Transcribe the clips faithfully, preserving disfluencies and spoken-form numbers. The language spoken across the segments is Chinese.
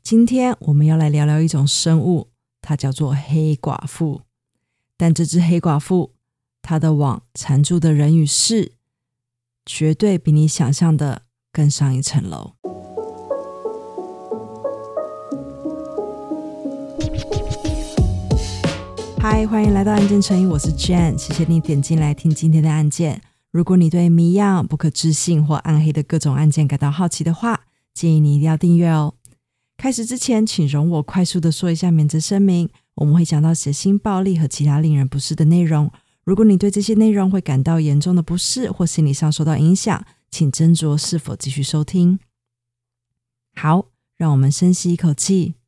今天我们要来聊聊一种生物，它叫做黑寡妇。但这只黑寡妇，它的网缠住的人与事，绝对比你想象的更上一层楼。嗨，欢迎来到案件成瘾，我是 Jen， 谢谢你点进来听今天的案件。如果你对谜样、不可置信或暗黑的各种案件感到好奇的话，建议你一定要订阅哦。开始之前，请容我快速的说一下免责声明，我们会讲到血腥、暴力和其他令人不适的内容。如果你对这些内容会感到严重的不适或心理上受到影响，请斟酌是否继续收听。好，让我们深吸一口气。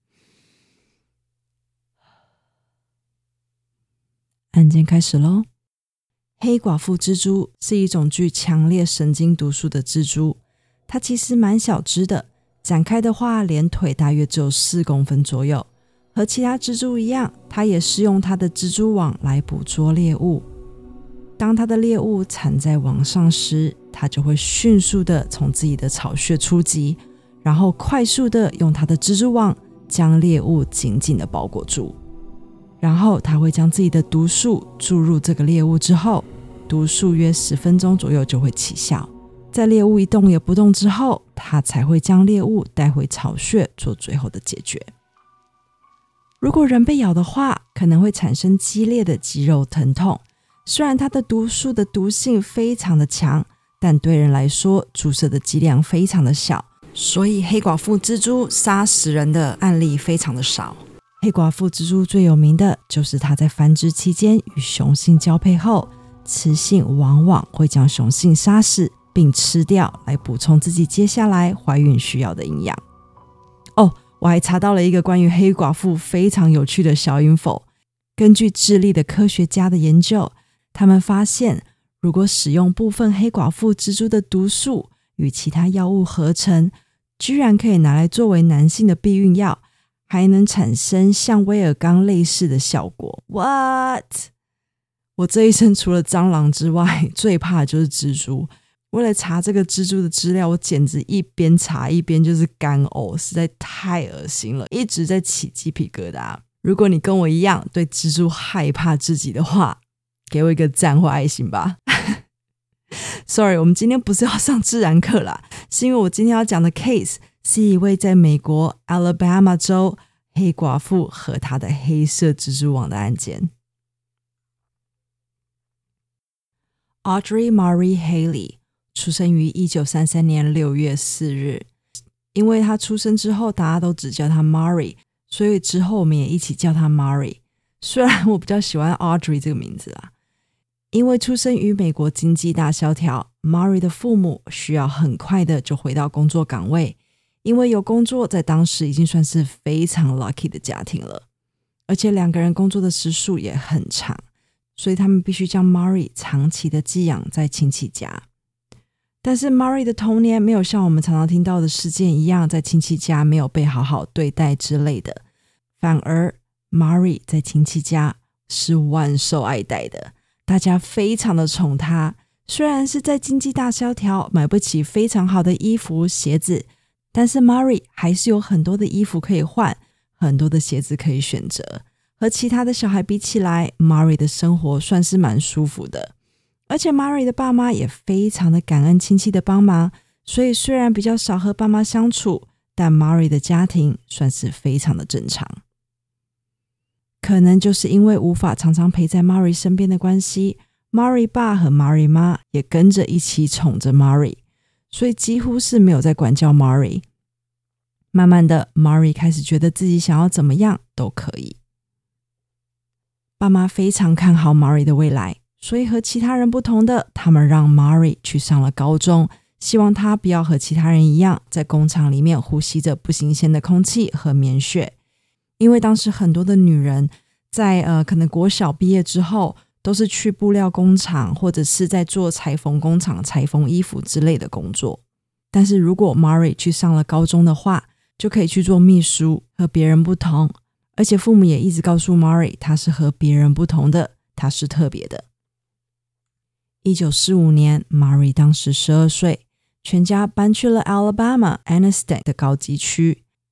案件开始咯。黑寡妇蜘蛛是一种具强烈神经毒素的蜘蛛，它其实蛮小只的，展开的话连腿大约只有四公分左右。和其他蜘蛛一样，它也是用它的蜘蛛网来捕捉猎物。当它的猎物缠在网上时，它就会迅速的从自己的巢穴出击，然后快速的用它的蜘蛛网将猎物紧紧的包裹住。然后它会将自己的毒素注入这个猎物之后，毒素约十分钟左右就会起效。在猎物一动也不动之后，它才会将猎物带回巢穴做最后的解决。如果人被咬的话，可能会产生激烈的肌肉疼痛。虽然它的毒素的毒性非常的强，但对人来说注射的剂量非常的小，所以黑寡妇蜘蛛杀死人的案例非常的少。黑寡妇蜘蛛最有名的就是它在繁殖期间与雄性交配后，雌性往往会将雄性杀死并吃掉，来补充自己接下来怀孕需要的营养。哦，我还查到了一个关于黑寡妇非常有趣的小 info。 根据智利的科学家的研究，他们发现如果使用部分黑寡妇蜘蛛的毒素与其他药物合成，居然可以拿来作为男性的避孕药，还能产生像威尔刚类似的效果。 What？ 我这一生除了蟑螂之外，最怕的就是蜘蛛。为了查这个蜘蛛的资料，我简直一边查一边就是干呕，实在太恶心了，一直在起鸡皮疙瘩。如果你跟我一样对蜘蛛害怕至极的话，给我一个赞或爱心吧。Sorry， 我们今天不是要上自然课啦，是因为我今天要讲的 case 是一位在美国 Alabama 州黑寡妇和她的黑色蜘蛛网的案件。Audrey Marie Haley 出生于一九三三年六月四日，因为她出生之后大家都只叫她 Marie， 所以之后我们也一起叫她 Marie。 虽然我比较喜欢 Audrey 这个名字啦。因为出生于美国经济大萧条， Marie 的父母需要很快的就回到工作岗位，因为有工作在当时已经算是非常 lucky 的家庭了，而且两个人工作的时数也很长，所以他们必须将 Marie 长期的寄养在亲戚家。但是 Marie 的童年没有像我们常常听到的事件一样，在亲戚家没有被好好对待之类的，反而 Marie 在亲戚家是万受爱戴的，大家非常的宠她。虽然是在经济大萧条，买不起非常好的衣服鞋子，但是 Marie 还是有很多的衣服可以换，很多的鞋子可以选择。和其他的小孩比起来， Marie 的生活算是蛮舒服的。而且 Marie 的爸妈也非常的感恩亲戚的帮忙，所以虽然比较少和爸妈相处，但 Marie 的家庭算是非常的正常。可能就是因为无法常常陪在 Marie 身边的关系， Marie 爸和 Marie 妈也跟着一起宠着 Marie， 所以几乎是没有在管教 Marie。 慢慢的 Marie 开始觉得自己想要怎么样都可以。爸妈非常看好 Marie 的未来，所以和其他人不同的，他们让 Marie 去上了高中，希望她不要和其他人一样在工厂里面呼吸着不新鲜的空气和棉絮。因为当时很多的女人在呃可能国小毕业之后都是去布料工厂或者是在做裁缝工厂裁缝衣服之类的工作，但是如果 Marie 去上了高中的话，就可以去做秘书，和别人不同。而且父母也一直告诉 Marie 她是和别人不同的，她是特别的。一九四五年 Marie 当时十二岁，全家搬去了 Alabama Anniston 的高级区。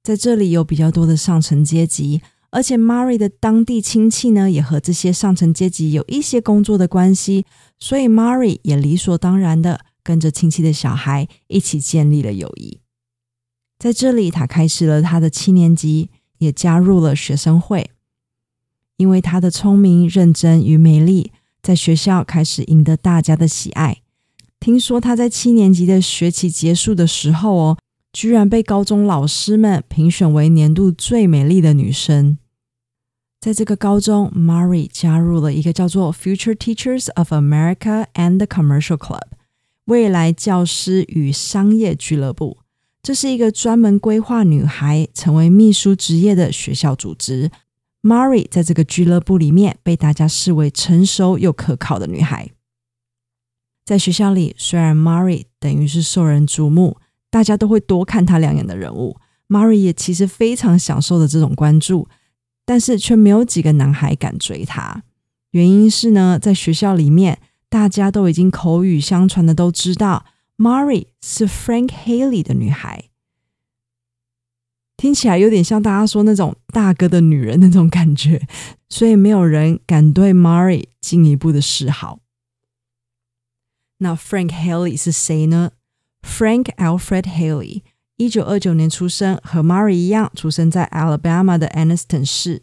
在这里有比较多的上层阶级，而且 Mari 的当地亲戚呢也和这些上层阶级有一些工作的关系，所以 Mari 也理所当然的跟着亲戚的小孩一起建立了友谊。在这里他开始了他的七年级，也加入了学生会。因为他的聪明、认真与美丽，在学校开始赢得大家的喜爱。听说他在七年级的学期结束的时候哦，居然被高中老师们评选为年度最美丽的女生。在这个高中 Mari 加入了一个叫做 Future Teachers of America and the Commercial Club 未来教师与商业俱乐部，这是一个专门规划女孩成为秘书职业的学校组织。Mari 在这个俱乐部里面被大家视为成熟又可靠的女孩。在学校里，虽然 Mari 等于是受人瞩目，大家都会多看她两眼的人物， Mari 也其实非常享受的这种关注，但是却没有几个男孩敢追她。原因是呢，在学校里面大家都已经口语相传的都知道 Mari 是 Frank Haley 的女孩，听起来有点像大家说那种大哥的女人那种感觉，所以没有人敢对 Mari 进一步的示好。那 Frank Haley 是谁呢？ Frank Alfred Haley 一九二九年出生，和 Mari 一样出生在 Alabama 的 Anniston 市。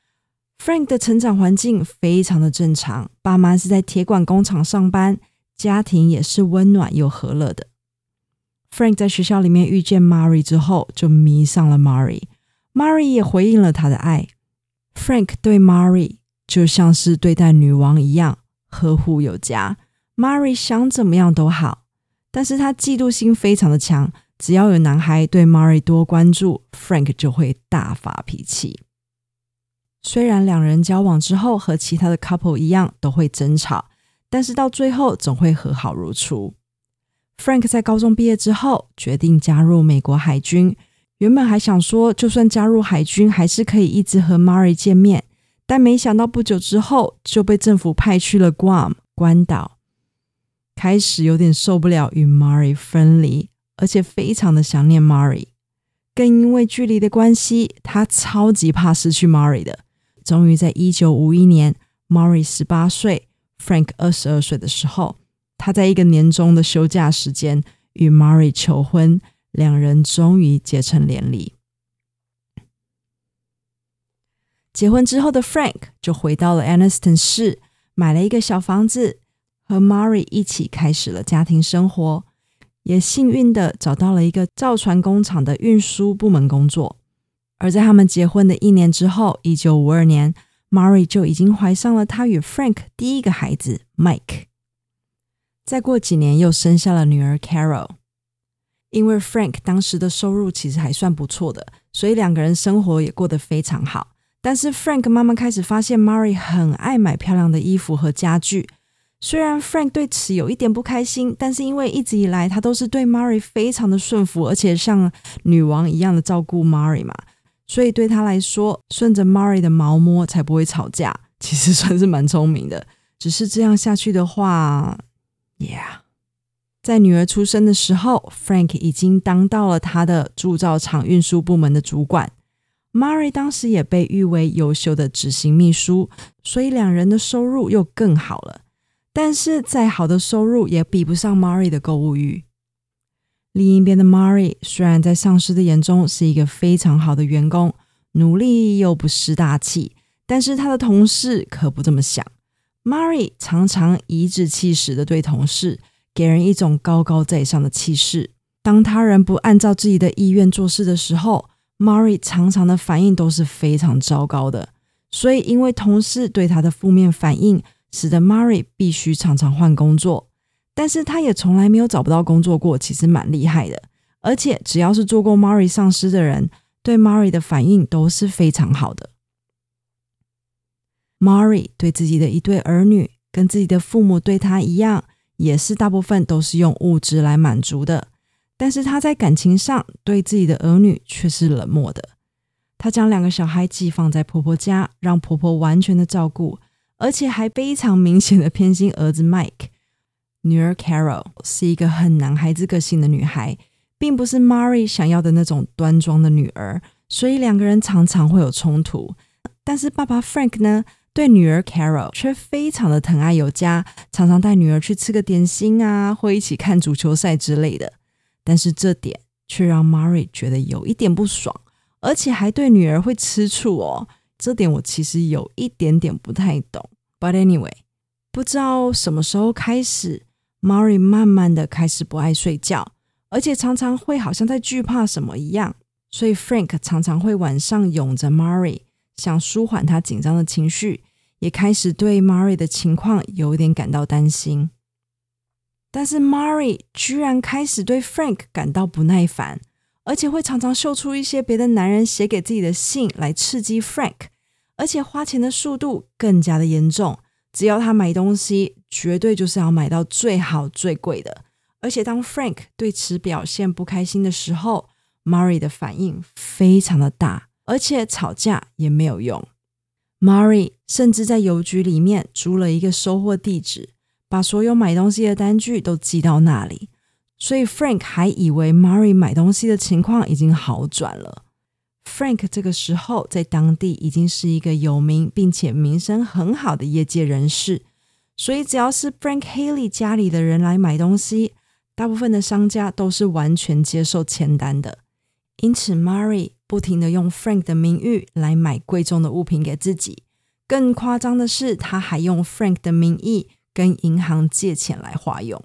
Frank 的成长环境非常的正常，爸妈是在铁管工厂上班，家庭也是温暖又和乐的。Frank 在学校里面遇见 Mari 之后，就迷上了 Mari， Mari 也回应了他的爱。 Frank 对 Mari 就像是对待女王一样呵护有加， Mari 想怎么样都好，但是他嫉妒心非常的强，只要有男孩对 Mari 多关注， Frank 就会大发脾气。虽然两人交往之后和其他的 couple 一样都会争吵，但是到最后总会和好如初。Frank 在高中毕业之后决定加入美国海军，原本还想说就算加入海军还是可以一直和 Mari 见面，但没想到不久之后就被政府派去了 Guam 关岛，开始有点受不了与 Mari 分离，而且非常的想念 Mari， 更因为距离的关系，他超级怕失去 Mari 的。终于在一九五一年 Mari 十八岁 Frank 二十二岁的时候，他在一个年终的休假时间与 Mari 求婚，两人终于结成连理。结婚之后的 Frank 就回到了 Anniston 市，买了一个小房子，和 Mari 一起开始了家庭生活，也幸运的找到了一个造船工厂的运输部门工作。而在他们结婚的一年之后，一九五二年 Mari 就已经怀上了他与 Frank 第一个孩子 Mike，再过几年又生下了女儿 Carol。 因为 Frank 当时的收入其实还算不错的，所以两个人生活也过得非常好。但是 Frank 慢慢开始发现 Mari 很爱买漂亮的衣服和家具，虽然 Frank 对此有一点不开心，但是因为一直以来他都是对 Mari 非常的顺服，而且像女王一样的照顾 Mari 嘛，所以对他来说顺着 Mari 的毛摸才不会吵架，其实算是蛮聪明的。只是这样下去的话 Yeah， 在女儿出生的时候 Frank 已经当到了他的铸造厂运输部门的主管， Mari 当时也被誉为优秀的执行秘书，所以两人的收入又更好了。但是再好的收入也比不上 Mari 的购物欲。另一边的 Mari 虽然在上司的眼中是一个非常好的员工，努力又不识大气，但是他的同事可不这么想。Mari 常常颐指气使的对同事，给人一种高高在上的气势。当他人不按照自己的意愿做事的时候， Mari 常常的反应都是非常糟糕的。所以因为同事对他的负面反应，使得 Mari 必须常常换工作。但是他也从来没有找不到工作过，其实蛮厉害的。而且只要是做过 Mari 上司的人，对 Mari 的反应都是非常好的。Mari 对自己的一对儿女跟自己的父母对他一样，也是大部分都是用物质来满足的，但是他在感情上对自己的儿女却是冷漠的。他将两个小孩寄放在婆婆家，让婆婆完全的照顾，而且还非常明显的偏心儿子 Mike。 女儿 Carol 是一个很男孩子个性的女孩，并不是 Mari 想要的那种端庄的女儿， 所以两个人常常会有冲突。但是爸爸 Frank 呢，对女儿 Carol 却非常的疼爱有加，常常带女儿去吃个点心啊，或一起看足球赛之类的。但是这点却让 Mari 觉得有一点不爽，而且还对女儿会吃醋哦。这点我其实有一点点不太懂。But anyway， 不知道什么时候开始 Mari 慢慢的开始不爱睡觉，而且常常会好像在惧怕什么一样。所以 Frank 常常会晚上拥着 Mari， 想舒缓他紧张的情绪，也开始对 Mari 的情况有点感到担心。但是 Mari 居然开始对 Frank 感到不耐烦，而且会常常秀出一些别的男人写给自己的信来刺激 Frank， 而且花钱的速度更加的严重，只要他买东西绝对就是要买到最好最贵的。而且当 Frank 对此表现不开心的时候， Mari 的反应非常的大，而且吵架也没有用。 Mari 甚至在邮局里面租了一个收货地址，把所有买东西的单据都寄到那里，所以 Frank 还以为 Mari 买东西的情况已经好转了。 Frank 这个时候在当地已经是一个有名并且名声很好的业界人士，所以只要是 Frank Haley 家里的人来买东西，大部分的商家都是完全接受签单的。因此 Mari 不停地用 Frank 的名誉来买贵重的物品给自己，更夸张的是他还用 Frank 的名义跟银行借钱来花用。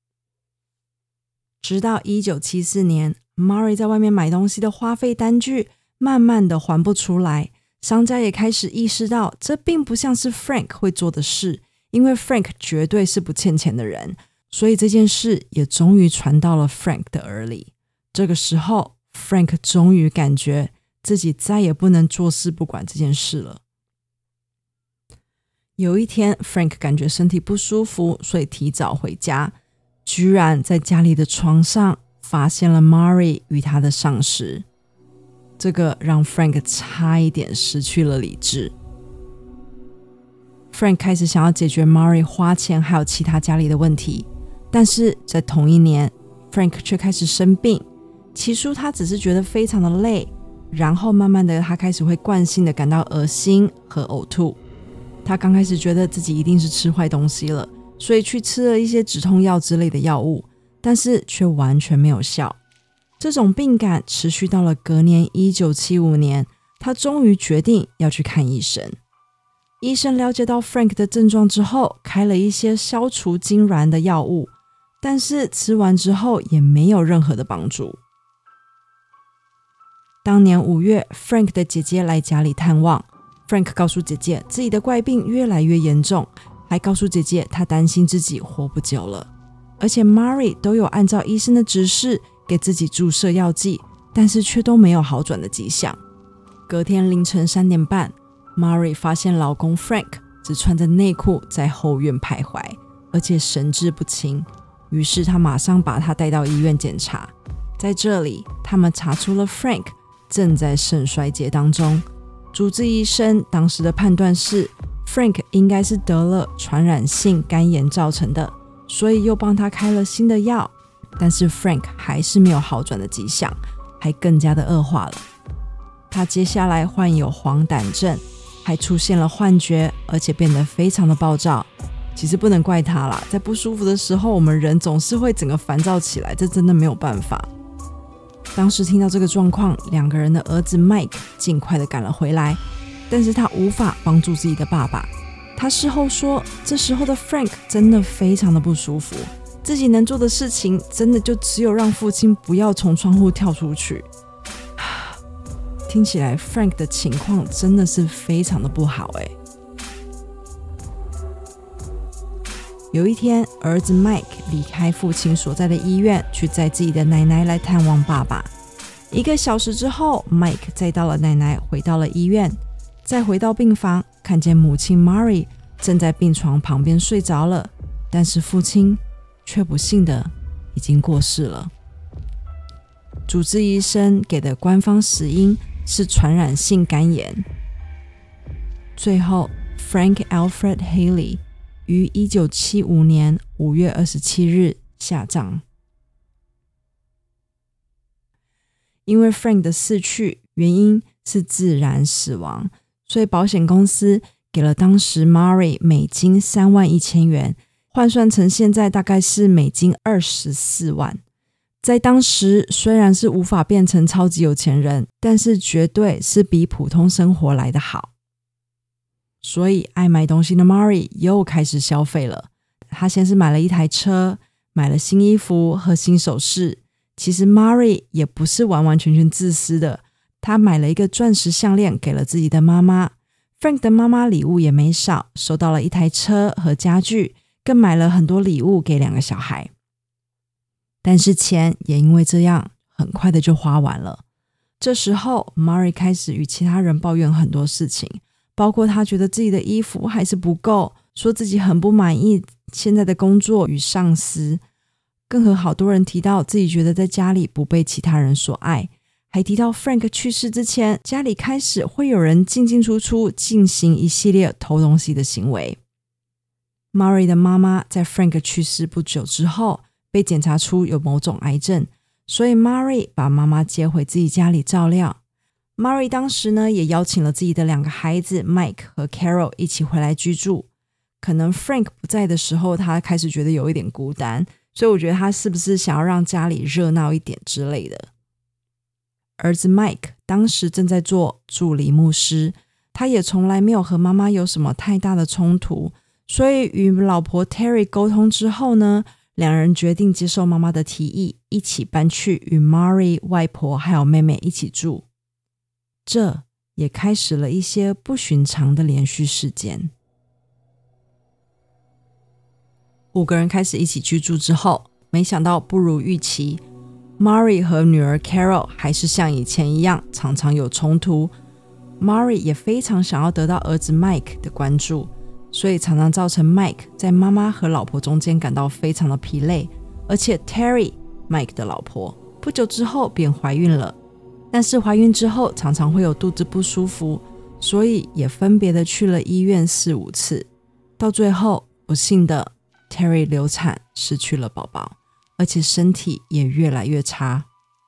直到一九七四年 Mari 在外面买东西的花费单据慢慢的还不出来，商家也开始意识到这并不像是 Frank 会做的事，因为 Frank 绝对是不欠钱的人，所以这件事也终于传到了 Frank 的耳里。这个时候 Frank 终于感觉自己再也不能坐视不管这件事了。有一天 Frank 感觉身体不舒服，所以提早回家，居然在家里的床上发现了 Mari 与他的上司。这个让 Frank 差一点失去了理智。 Frank 开始想要解决 Mari 花钱还有其他家里的问题，但是在同一年 Frank 却开始生病。起初他只是觉得非常的累，然后慢慢的他开始会惯性的感到恶心和呕吐。他刚开始觉得自己一定是吃坏东西了，所以去吃了一些止痛药之类的药物，但是却完全没有效。这种病感持续到了隔年一九七五年，他终于决定要去看医生。医生了解到 Frank 的症状之后，开了一些消除痉挛的药物，但是吃完之后也没有任何的帮助。当年五月 Frank 的姐姐来家里探望， Frank 告诉姐姐自己的怪病越来越严重，还告诉姐姐他担心自己活不久了。而且 Mari 都有按照医生的指示给自己注射药剂，但是却都没有好转的迹象。隔天凌晨三点半， Mari 发现老公 Frank 只穿着内裤在后院徘徊，而且神志不清，于是他马上把他带到医院检查。在这里他们查出了 Frank 正在肾衰竭当中。主治医生当时的判断是 Frank 应该是得了传染性肝炎造成的，所以又帮他开了新的药，但是 Frank 还是没有好转的迹象，还更加的恶化了。他接下来患有黄疸症，还出现了幻觉，而且变得非常的暴躁。其实不能怪他啦，在不舒服的时候我们人总是会整个烦躁起来，这真的没有办法。当时听到这个状况，两个人的儿子 Mike 尽快的赶了回来，但是他无法帮助自己的爸爸。他事后说，这时候的 Frank 真的非常的不舒服，自己能做的事情真的就只有让父亲不要从窗户跳出去。听起来 Frank 的情况真的是非常的不好耶。有一天，儿子 Mike 离开父亲所在的医院，去载自己的奶奶来探望爸爸。一个小时之后， Mike 载到了奶奶，回到了医院。再回到病房，看见母亲 Mari 正在病床旁边睡着了，但是父亲却不幸的已经过世了。主治医生给的官方死因是传染性肝炎。最后 Frank Alfred Haley 于一九七五年五月二十七日下葬。因为 Frank 的逝去， 原因是自然死亡，所以保险公司给了当时 Mari 美金三万一千元，换算成现在大概是美金二十四万。在当时虽然是无法变成超级有钱人，但是绝对是比普通生活来得好。所以爱买东西的 Mari 又开始消费了。他先是买了一台车，买了新衣服和新首饰。其实 Mari 也不是完完全全自私的，他买了一个钻石项链给了自己的妈妈。 Frank 的妈妈礼物也没少，收到了一台车和家具，更买了很多礼物给两个小孩。但是钱也因为这样很快的就花完了。这时候 Mari 开始与其他人抱怨很多事情，包括他觉得自己的衣服还是不够，说自己很不满意现在的工作与上司，更和好多人提到自己觉得在家里不被其他人所爱，还提到 Frank 去世之前，家里开始会有人进进出出，进行一系列偷东西的行为。 Mari 的妈妈在 Frank 去世不久之后被检查出有某种癌症，所以 Mari 把妈妈接回自己家里照料。 Mari 当时呢也邀请了自己的两个孩子 Mike 和 Carol 一起回来居住。可能 Frank 不在的时候，他开始觉得有一点孤单，所以我觉得他是不是想要让家里热闹一点之类的。儿子 Mike 当时正在做助理牧师，他也从来没有和妈妈有什么太大的冲突，所以与老婆 Terry 沟通之后呢，两人决定接受妈妈的提议，一起搬去与 Mari 外婆还有妹妹一起住。这也开始了一些不寻常的连续事件。五个人开始一起居住之后，没想到不如预期， Mari 和女儿 Carol 还是像以前一样常常有冲突。 Mari 也非常想要得到儿子 Mike 的关注，所以常常造成 Mike 在妈妈和老婆中间感到非常的疲累。而且 Terry Mike 的老婆不久之后便怀孕了，但是怀孕之后常常会有肚子不舒服，所以也分别的去了医院四五次。到最后不幸的Terry 流产，失去了宝宝，而且身体也越来越差。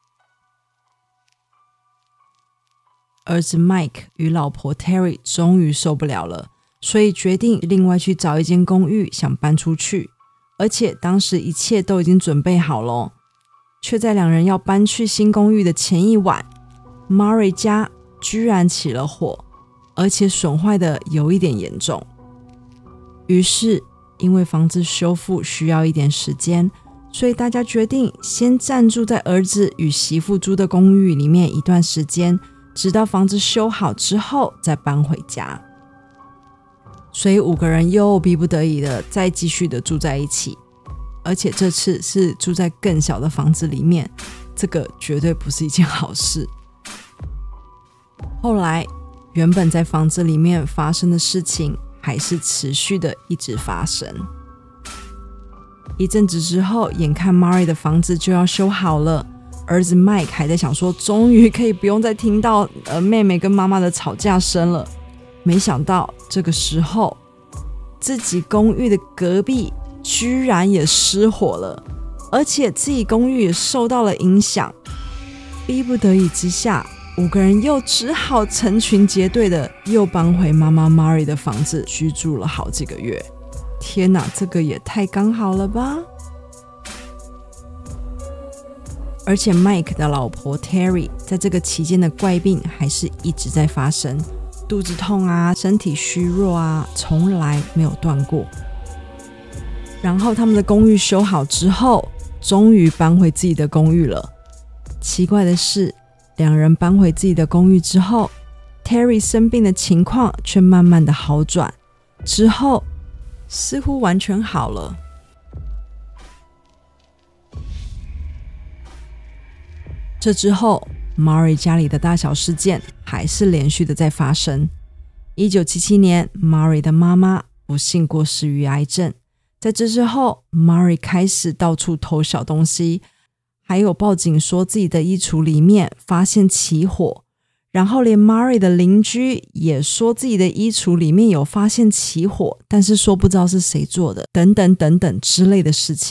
儿子 Mike 与老婆 Terry 终于受不了了，所以决定另外去找一间公寓，想搬出去。而且当时一切都已经准备好了，却在两人要搬去新公寓的前一晚， Mari 家居然起了火，而且损坏的有一点严重。于是因为房子修复需要一点时间，所以大家决定先暂住在儿子与媳妇租的公寓里面一段时间，直到房子修好之后再搬回家。所以五个人又逼不得已的再继续的住在一起，而且这次是住在更小的房子里面，这个绝对不是一件好事。后来原本在房子里面发生的事情还是持续的一直发生。一阵子之后，眼看 Mari 的房子就要修好了，儿子 Mike 还在想说终于可以不用再听到、呃、妹妹跟妈妈的吵架声了。没想到这个时候自己公寓的隔壁居然也失火了，而且自己公寓也受到了影响。逼不得已之下，五个人又只好成群结队的又搬回妈妈 Mari 的房子居住了好几个月。天哪，这个也太刚好了吧。而且 Mike 的老婆 Terry 在这个期间的怪病还是一直在发生，肚子痛啊，身体虚弱啊，从来没有断过。然后他们的公寓修好之后，终于搬回自己的公寓了。奇怪的是，两人搬回自己的公寓之后， Terry 生病的情况却慢慢的好转，之后似乎完全好了。这之后 Mari 家里的大小事件还是连续的在发生。一九七七年 Mari 的妈妈不幸过世于癌症，在这之后 Mari 开始到处偷小东西，还有报警说自己的衣橱里面发现起火，然后连 Mari 的邻居也说自己的衣橱里面有发现起火，但是说不知道是谁做的，等等等等之类的事情。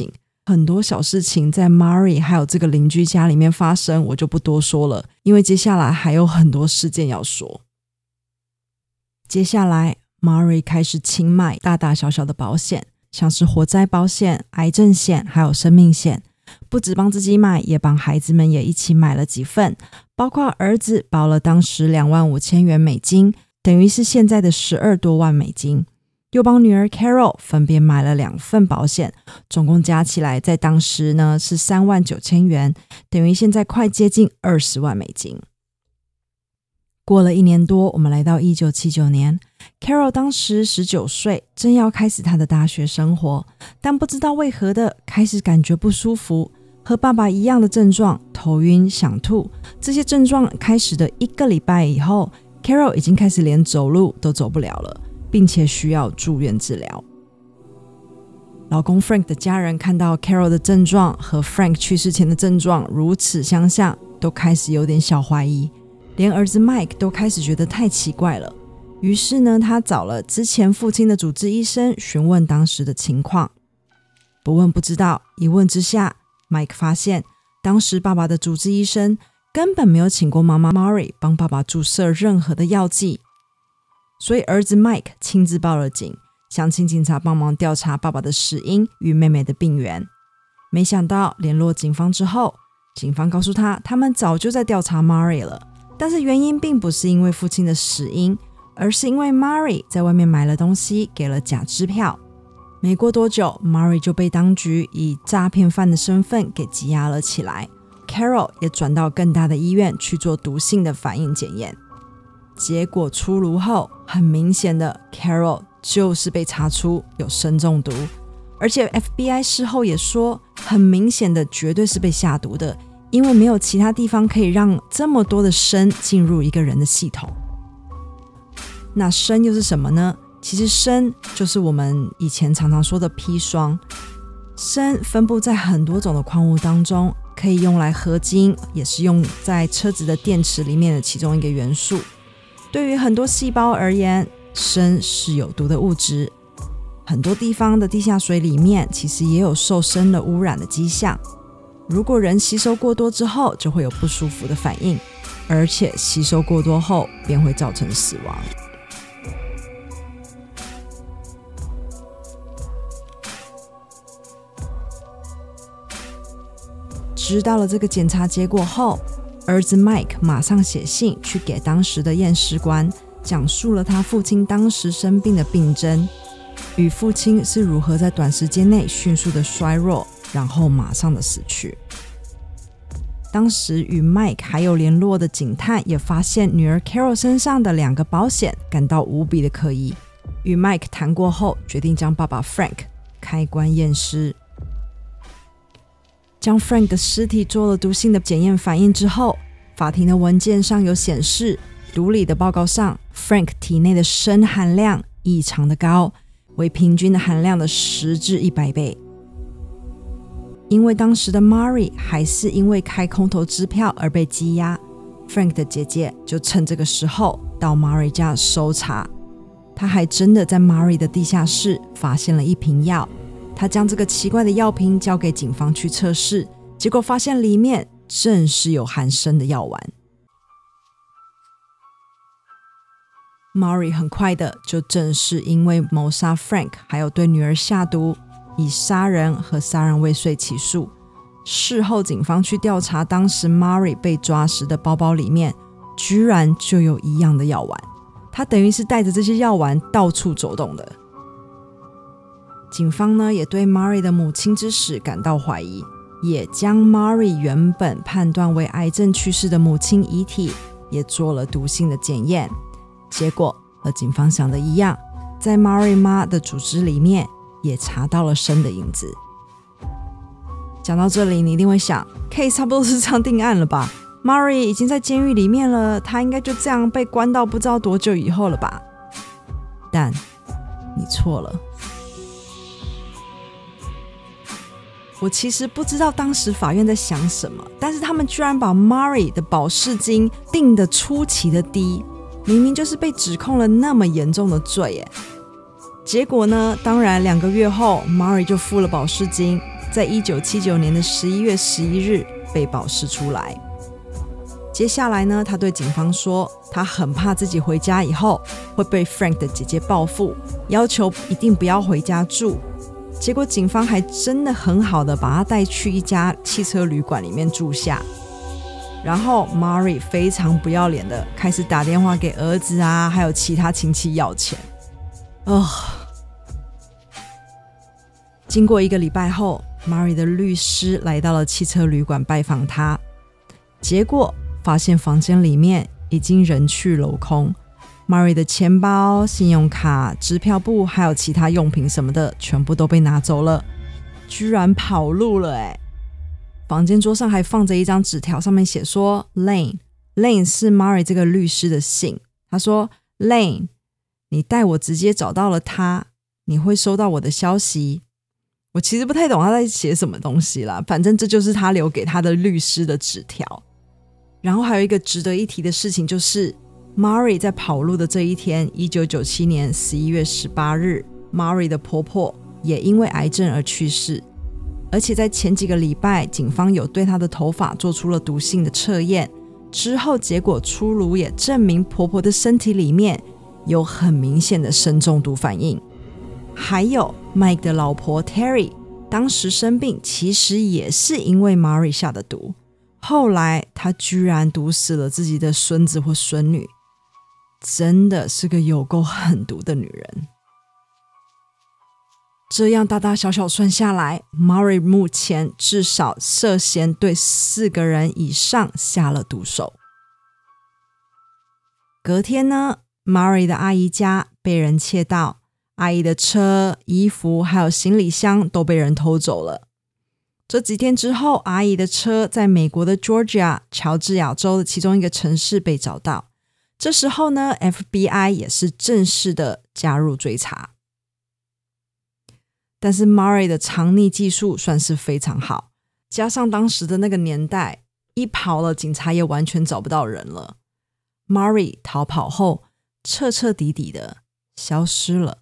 很多小事情在 Mari 还有这个邻居家里面发生，我就不多说了，因为接下来还有很多事件要说。接下来 Mari 开始清买大大小小的保险，像是火灾保险、癌症险还有生命险，不只帮自己买，也帮孩子们也一起买了几份，包括儿子保了当时两万五千元美金，等于是现在的十二多万美金，又帮女儿 Carol 分别买了两份保险，总共加起来在当时呢是三万九千元，等于现在快接近二十万美金。过了一年多，我们来到一九七九年， Carol 当时十九岁，正要开始她的大学生活，但不知道为何的开始感觉不舒服，和爸爸一样的症状，头晕想吐，这些症状开始的一个礼拜以后， Carol 已经开始连走路都走不了了，并且需要住院治疗。老公 Frank 的家人看到 Carol 的症状和 Frank 去世前的症状如此相像，都开始有点小怀疑，连儿子 Mike 都开始觉得太奇怪了。于是呢，他找了之前父亲的主治医生询问当时的情况。不问不知道，一问之下， Mike 发现当时爸爸的主治医生根本没有请过妈妈 Mari 帮爸爸注射任何的药剂，所以儿子 Mike 亲自报了警，想请警察帮忙调查爸爸的死因与妹妹的病源。没想到联络警方之后，警方告诉他他们早就在调查 Mari 了，但是原因并不是因为父亲的死因，而是因为 Mari 在外面买了东西，给了假支票。没过多久， Mari 就被当局以诈骗犯的身份给羁押了起来， Carol 也转到更大的医院去做毒性的反应检验。结果出炉后，很明显的 Carol 就是被查出有砷中毒，而且 F B I 事后也说，很明显的绝对是被下毒的，因为没有其他地方可以让这么多的砷进入一个人的系统。那砷又是什么呢？其实砷就是我们以前常常说的砒霜。砷分布在很多种的矿物当中，可以用来合金，也是用在车子的电池里面的其中一个元素。对于很多细胞而言，砷是有毒的物质。很多地方的地下水里面其实也有受砷的污染的迹象。如果人吸收过多之后，就会有不舒服的反应，而且吸收过多后便会造成死亡。知道了这个检查结果后，儿子 Mike 马上写信去给当时的验尸官，讲述了他父亲当时生病的病症，与父亲是如何在短时间内迅速的衰弱，然后马上的死去。当时与 Mike 还有联络的警探也发现女儿 Carol 身上的两个保险感到无比的可疑，与 Mike 谈过后，决定将爸爸 Frank 开棺验尸。将 Frank 的尸体做了毒性的检验反应之后，法庭的文件上有显示，毒理的报告上 Frank 体内的砷含量异常的高，为平均的含量的十至一百倍。因为当时的 Mari 还是因为开空头支票而被羁押， Frank 的姐姐就趁这个时候到 Mari 家搜查。她还真的在 Mari 的地下室发现了一瓶药，他将这个奇怪的药瓶交给警方去测试，结果发现里面正是有含砷的药丸。Mari 很快的就正式因为谋杀 Frank 还有对女儿下毒，以杀人和杀人未遂起诉。事后警方去调查当时 Mari 被抓时的包包里面居然就有一样的药丸，他等于是带着这些药丸到处走动的。警方呢也对 Mari 的母亲之死感到怀疑，也将 Mari 原本判断为癌症去世的母亲遗体也做了毒性的检验，结果和警方想的一样，在 Mari 妈的组织里面也查到了砷的影子。讲到这里，你一定会想 case 差不多是这样定案了吧， Mari 已经在监狱里面了，他应该就这样被关到不知道多久以后了吧？但你错了。我其实不知道当时法院在想什么，但是他们居然把 Mari 的保释金定得出奇的低，明明就是被指控了那么严重的罪耶。结果呢，当然两个月后 Mari 就付了保释金， 在一九七九年的十一月十一日被保释出来。接下来呢，他对警方说，他很怕自己回家以后会被 Frank 的姐姐报复，要求一定不要回家住。结果警方还真的很好的把他带去一家汽车旅馆里面住下。然后 Murray 非常不要脸的开始打电话给儿子啊，还有其他亲戚要钱。哦，经过一个礼拜后， Murray 的律师来到了汽车旅馆拜访他，结果发现房间里面已经人去楼空， Murray 的钱包、信用卡、支票簿还有其他用品什么的全部都被拿走了，居然跑路了耶。房间桌上还放着一张纸条，上面写说 Lane Lane 是 Murray 这个律师的姓。他说 Lane， 你带我直接找到了他，你会收到我的消息。我其实不太懂他在写什么东西啦，反正这就是他留给他的律师的纸条。然后还有一个值得一提的事情，就是 Murray 在跑路的这一天，一九九七年十一月十八日， Murray 的婆婆也因为癌症而去世。而且在前几个礼拜，警方有对她的头发做出了毒性的测验，之后结果出炉，也证明婆婆的身体里面有很明显的砷中毒反应。还有 Mike 的老婆 Terry 当时生病其实也是因为 Murray 下的毒，后来她居然毒死了自己的孙子或孙女，真的是个有够狠毒的女人。这样大大小小算下来， Murray 目前至少涉嫌对四个人以上下了毒手。隔天呢， Murray 的阿姨家被人窃盗，阿姨的车、衣服还有行李箱都被人偷走了。这几天之后，阿姨的车在美国的 Georgia 乔治亚州的其中一个城市被找到。这时候呢， F B I 也是正式的加入追查。但是 Murray 的藏匿技术算是非常好，加上当时的那个年代，一跑了警察也完全找不到人了。 Murray 逃跑后彻彻底底的消失了。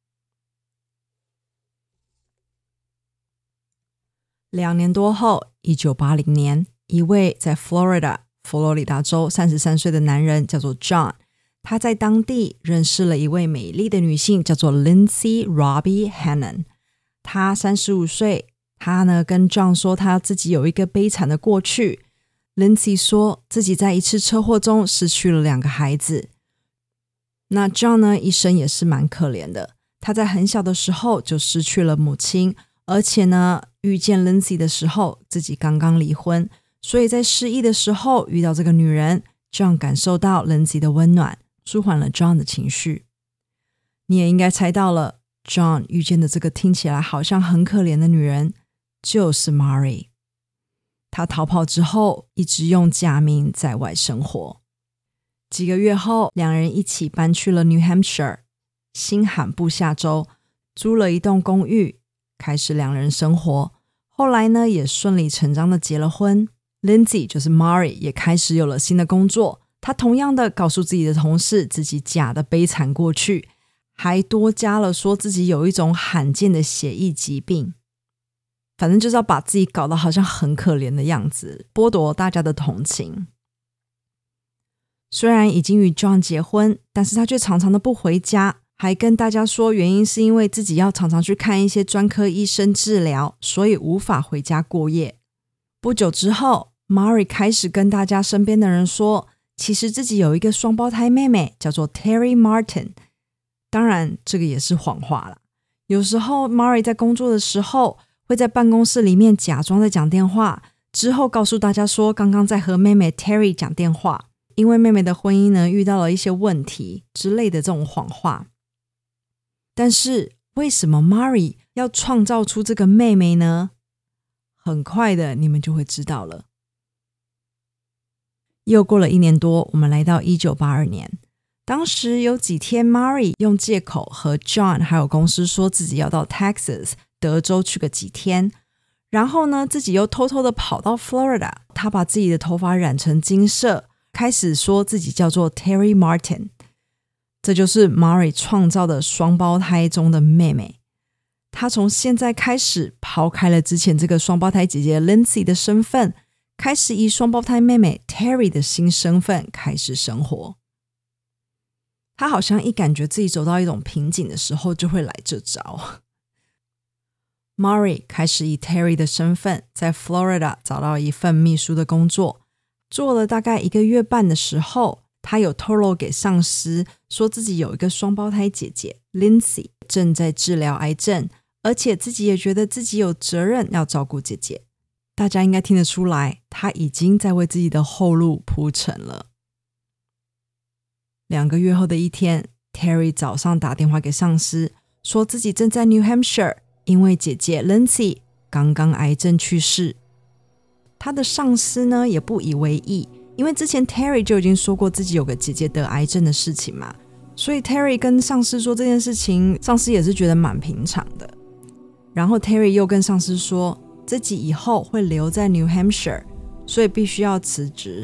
两年多后，一九八零年，一位在 Florida 佛罗里达州三十三岁的男人叫做 John， 他在当地认识了一位美丽的女性叫做 Lindsay Robbie Hannon。他三十五岁，他呢跟 John 说他自己有一个悲惨的过去。 Lindsay 说自己在一次车祸中失去了两个孩子。那 John 呢一生也是蛮可怜的，他在很小的时候就失去了母亲，而且呢遇见 Lindsay 的时候自己刚刚离婚，所以在失意的时候遇到这个女人， John 感受到 Lindsay 的温暖，舒缓了 John 的情绪。你也应该猜到了， John 遇见的这个听起来好像很可怜的女人就是 Murray。 他逃跑之后一直用假名在外生活。几个月后，两人一起搬去了 New Hampshire 新罕布夏州，租了一栋公寓，开始两人生活。后来呢也顺理成章的结了婚。 Lindsay 就是 Murray 也开始有了新的工作，他同样的告诉自己的同事自己假的悲惨过去，还多加了说自己有一种罕见的血液疾病，反正就是要把自己搞得好像很可怜的样子，剥夺大家的同情。虽然已经与 John 结婚，但是他却常常的不回家，还跟大家说原因是因为自己要常常去看一些专科医生治疗，所以无法回家过夜。不久之后， Murray 开始跟大家身边的人说，其实自己有一个双胞胎妹妹叫做 Terry Martin。当然这个也是谎话啦。有时候 Murray 在工作的时候会在办公室里面假装在讲电话，之后告诉大家说刚刚在和妹妹 Terry 讲电话，因为妹妹的婚姻呢遇到了一些问题之类的这种谎话。但是为什么 Murray 要创造出这个妹妹呢？很快的你们就会知道了。又过了一年多，我们来到一九八二年。当时有几天 Murray 用借口和 John 还有公司说自己要到 Texas 德州去个几天，然后呢自己又偷偷的跑到 Florida， 他把自己的头发染成金色，开始说自己叫做 Terry Martin。 这就是 Murray 创造的双胞胎中的妹妹。 他从现在开始抛开了之前这个双胞胎姐姐 Lindsay 的身份，开始以双胞胎妹妹 Terry 的新身份开始生活。他好像一感觉自己走到一种瓶颈的时候就会来这招。Maury 开始以 Terry 的身份在 Florida 找到一份秘书的工作，做了大概一个月半的时候，他有透露给上司说自己有一个双胞胎姐姐 Lindsay 正在治疗癌症，而且自己也觉得自己有责任要照顾姐姐。大家应该听得出来，他已经在为自己的后路铺陈了。两个月后的一天， Terry 早上打电话给上司，说自己正在 New Hampshire， 因为姐姐 Lindsay 刚刚癌症去世。他的上司呢也不以为意，因为之前 Terry 就已经说过自己有个姐姐得癌症的事情嘛，所以 Terry 跟上司说这件事情，上司也是觉得蛮平常的。然后 Terry 又跟上司说自己以后会留在 New Hampshire， 所以必须要辞职。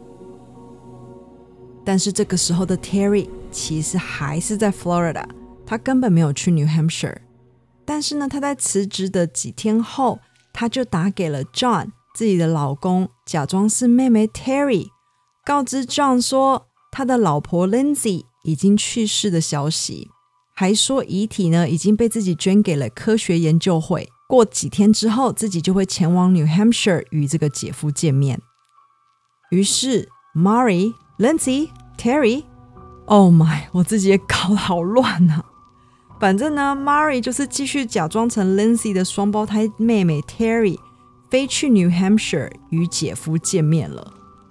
但是这个时候的 Terry 其实还是在 Florida， 他根本没有去 New Hampshire。 但是呢，他在辞职的几天后，他就打给了 John 自己的老公，假装是妹妹 Terry， 告知 John 说他的老婆 Lindsay 已经去世的消息，还说遗体呢已经被自己捐给了科学研究会，过几天之后自己就会前往 New Hampshire 与这个姐夫见面。于是 Maury Lindsay Terry Oh my 我自己也搞得好乱啊。反正呢 Maury 就是继续假装成 Lindsay 的双胞胎妹妹 Terry 飞去 New Hampshire 与姐夫见面了。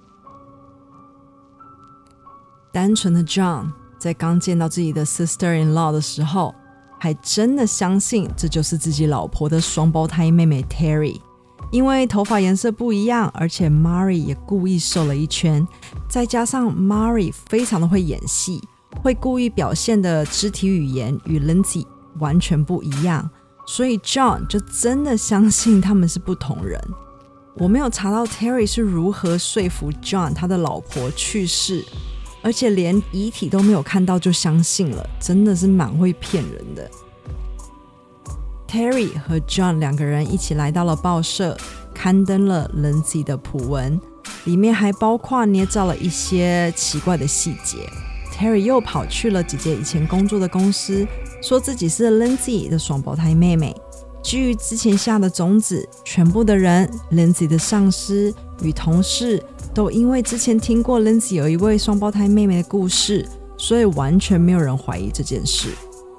单纯的 John 在刚见到自己的 sister-in-law 的时候，还真的相信这就是自己老婆的双胞胎妹妹 Terry，因为头发颜色不一样，而且 Maury 也故意瘦了一圈，再加上 Maury 非常的会演戏，会故意表现的肢体语言与 Lindsay 完全不一样，所以 John 就真的相信他们是不同人。我没有查到 Terry 是如何说服 John 他的老婆去世，而且连遗体都没有看到就相信了，真的是蛮会骗人的。Terry 和 John 两个人一起来到了报社，刊登了 Lindsay 的讣文，里面还包括捏造了一些奇怪的细节。Terry 又跑去了姐姐以前工作的公司，说自己是 Lindsay 的双胞胎妹妹。基于之前下的种子，全部的人 Lindsay 的上司与同事都因为之前听过 Lindsay 有一位双胞胎妹妹的故事，所以完全没有人怀疑这件事。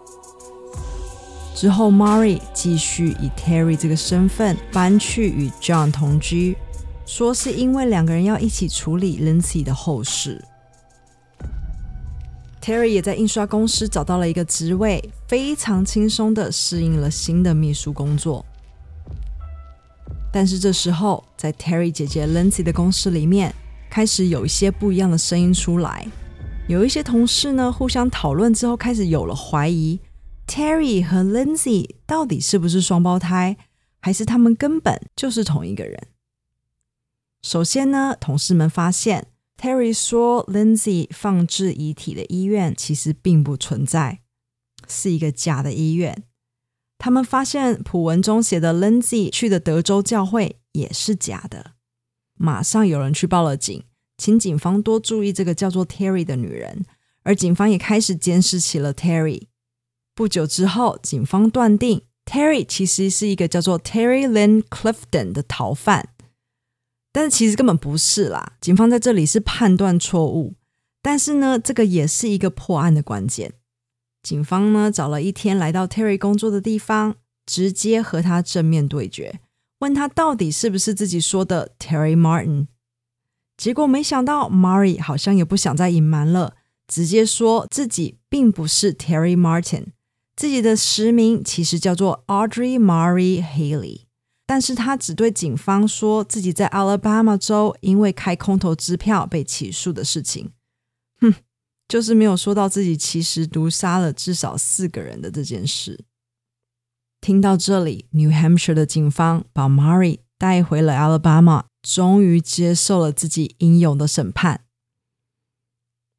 之后 Maury 继续以 Terry 这个身份搬去与 John 同居，说是因为两个人要一起处理 Lindsay 的后事。Terry 也在印刷公司找到了一个职位，非常轻松地适应了新的秘书工作。但是这时候在 Terry 姐姐 Lindsay 的公司里面，开始有一些不一样的声音出来。有一些同事呢互相讨论之后，开始有了怀疑， Terry 和 Lindsay 到底是不是双胞胎，还是他们根本就是同一个人。首先呢，同事们发现Terry 说 Lindsay 放置遗体的医院其实并不存在，是一个假的医院。他们发现讣文中写的 Lindsay 去的德州教会也是假的。马上有人去报了警，请警方多注意这个叫做 Terry 的女人，而警方也开始监视起了 Terry。 不久之后，警方断定 Terry 其实是一个叫做 Terry Lynn Clifton 的逃犯，但是其实根本不是啦，警方在这里是判断错误。但是呢，这个也是一个破案的关键。警方呢找了一天来到 Terry 工作的地方，直接和他正面对决，问他到底是不是自己说的 Terry Martin。 结果没想到 Maury 好像也不想再隐瞒了，直接说自己并不是 Terry Martin， 自己的实名其实叫做 Audrey Marie Haley，但是他只对警方说自己在 Alabama 州因为开空头支票被起诉的事情。哼，就是没有说到自己其实毒杀了至少四个人的这件事。听到这里， New Hampshire 的警方把 Maury 带回了 Alabama， 终于接受了自己应有的审判。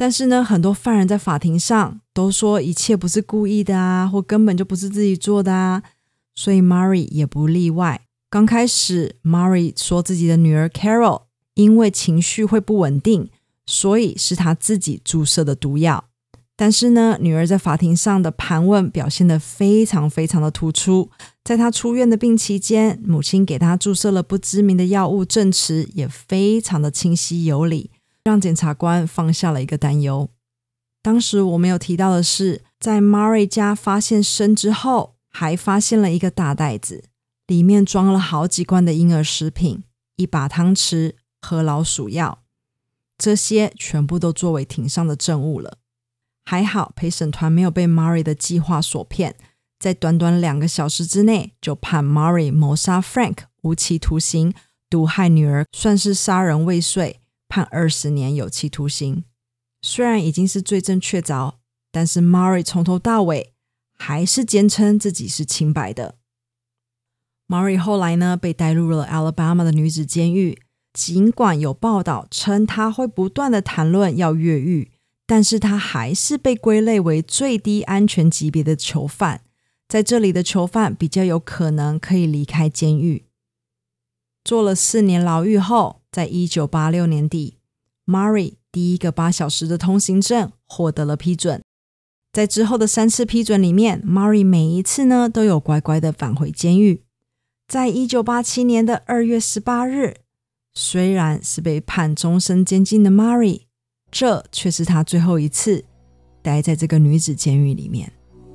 但是呢，很多犯人在法庭上都说一切不是故意的啊，或根本就不是自己做的啊，所以 Murray 也不例外。刚开始 Murray 说自己的女儿 Carol 因为情绪会不稳定，所以是他自己注射的毒药。但是呢，女儿在法庭上的盘问表现得非常非常的突出。在她出院的病期间，母亲给她注射了不知名的药物，证词也非常的清晰有理，让检察官放下了一个担忧。当时我没有提到的是，在 Murray 家发现砷之后，还发现了一个大袋子，里面装了好几罐的婴儿食品，一把汤匙和老鼠药，这些全部都作为庭上的证物了。还好陪审团没有被 Murray 的计划所骗，在短短两个小时之内就判 Murray 谋杀 Frank 无期徒刑，毒害女儿算是杀人未遂，判二十年有期徒刑。虽然已经是罪证确凿，但是 Murray 从头到尾还是坚称自己是清白的。Murray 后来呢被带入了 Alabama 的女子监狱，尽管有报道称他会不断的谈论要越狱，但是他还是被归类为最低安全级别的囚犯。在这里的囚犯比较有可能可以离开监狱。坐了四年牢狱后，在一九八六年底 Murray 第一个八小时的通行证获得了批准。在之后的三次批准里面， Murray 每一次呢都有乖乖的返回监狱。在一九八七年的二月十八日，虽然是被判终身监禁的 Murray， 这却是他最后一次待在这个女子监狱里面。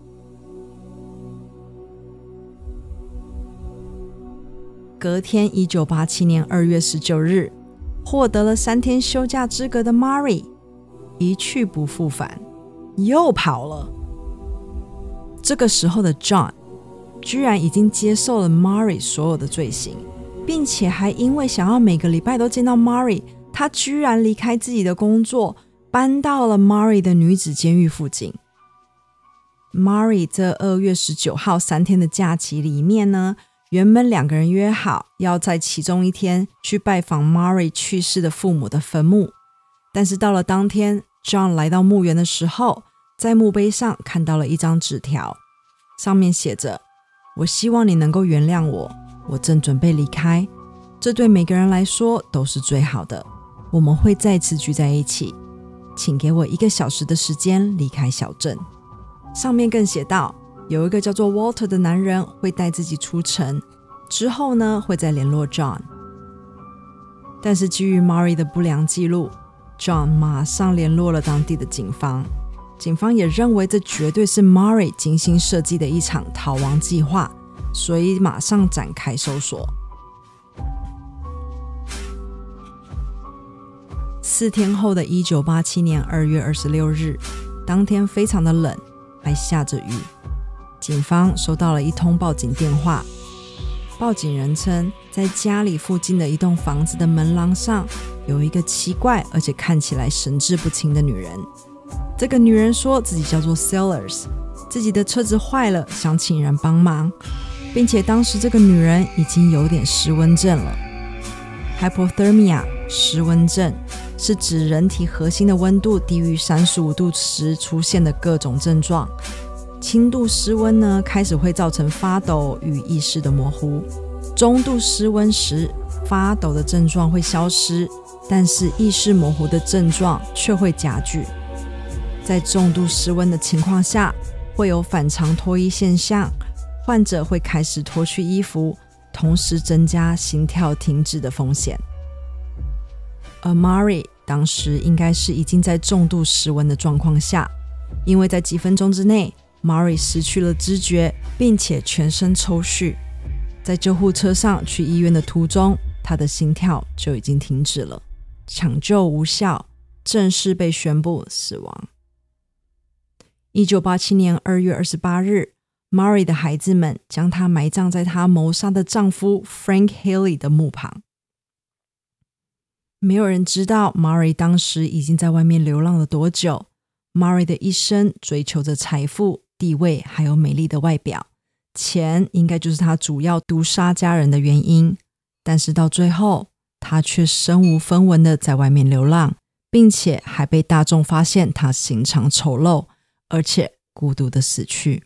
隔天一九八七年二月十九日，获得了三天休假资格的 Murray 一去不复返，又跑了。这个时候的 John 居然已经接受了 Murray 所有的罪行，并且还因为想要每个礼拜都见到 Murray， 他居然离开自己的工作，搬到了 Murray 的女子监狱附近。Murray 这二月十九号三天的假期里面呢，原本两个人约好要在其中一天去拜访 Murray 去世的父母的坟墓，但是到了当天 John 来到墓园的时候，在墓碑上看到了一张纸条，上面写着：我希望你能够原谅我，我正准备离开，这对每个人来说都是最好的，我们会再次聚在一起，请给我一个小时的时间离开小镇。上面更写道，有一个叫做 Walter 的男人会带自己出城，之后呢会再联络 John。 但是基于 Murray 的不良记录， John 马上联络了当地的警方，警方也认为这绝对是 Murray 精心设计的一场逃亡计划，所以马上展开搜索。四天后的一九八七年二月二十六日，当天非常的冷，还下着雨。警方收到了一通报警电话，报警人称在家里附近的一栋房子的门廊上有一个奇怪而且看起来神志不清的女人。这个女人说自己叫做 Sellers， 自己的车子坏了，想请人帮忙，并且当时这个女人已经有点失温症了。 Hypothermia 失温症是指人体核心的温度低于三十五度时出现的各种症状。轻度失温呢，开始会造成发抖与意识的模糊。中度失温时，发抖的症状会消失，但是意识模糊的症状却会加剧。在重度失温的情况下，会有反常脱衣现象，患者会开始脱去衣服，同时增加心跳停止的风险。而 Murray 当时应该是已经在重度失温的状况下，因为在几分钟之内Murray 失去了知觉，并且全身抽搐。在救护车上去医院的途中，他的心跳就已经停止了，抢救无效，正式被宣布死亡。一九八七年二月二十八日， Murray 的孩子们将她埋葬在她谋杀的丈夫 Frank Haley 的墓旁。没有人知道 Murray 当时已经在外面流浪了多久。 Murray 的一生追求着财富、地位还有美丽的外表，钱应该就是他主要毒杀家人的原因，但是到最后他却身无分文的在外面流浪， 并且还被大众发现他心肠丑陋，而且孤独的死去。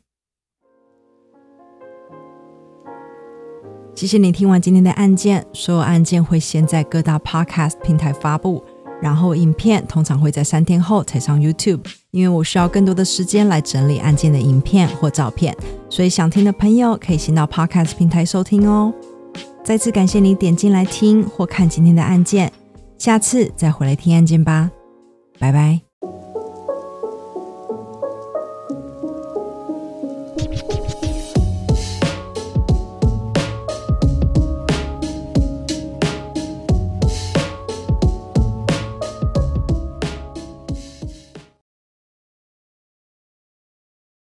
谢谢你听完今天的案件，所有案件会先在各大 podcast 平台发布，然后影片通常会在三天后才上 YouTube， 因为我需要更多的时间来整理案件的影片或照片，所以想听的朋友可以先到 podcast 平台收听哦。再次感谢你点进来听或看今天的案件，下次再回来听案件吧，拜拜。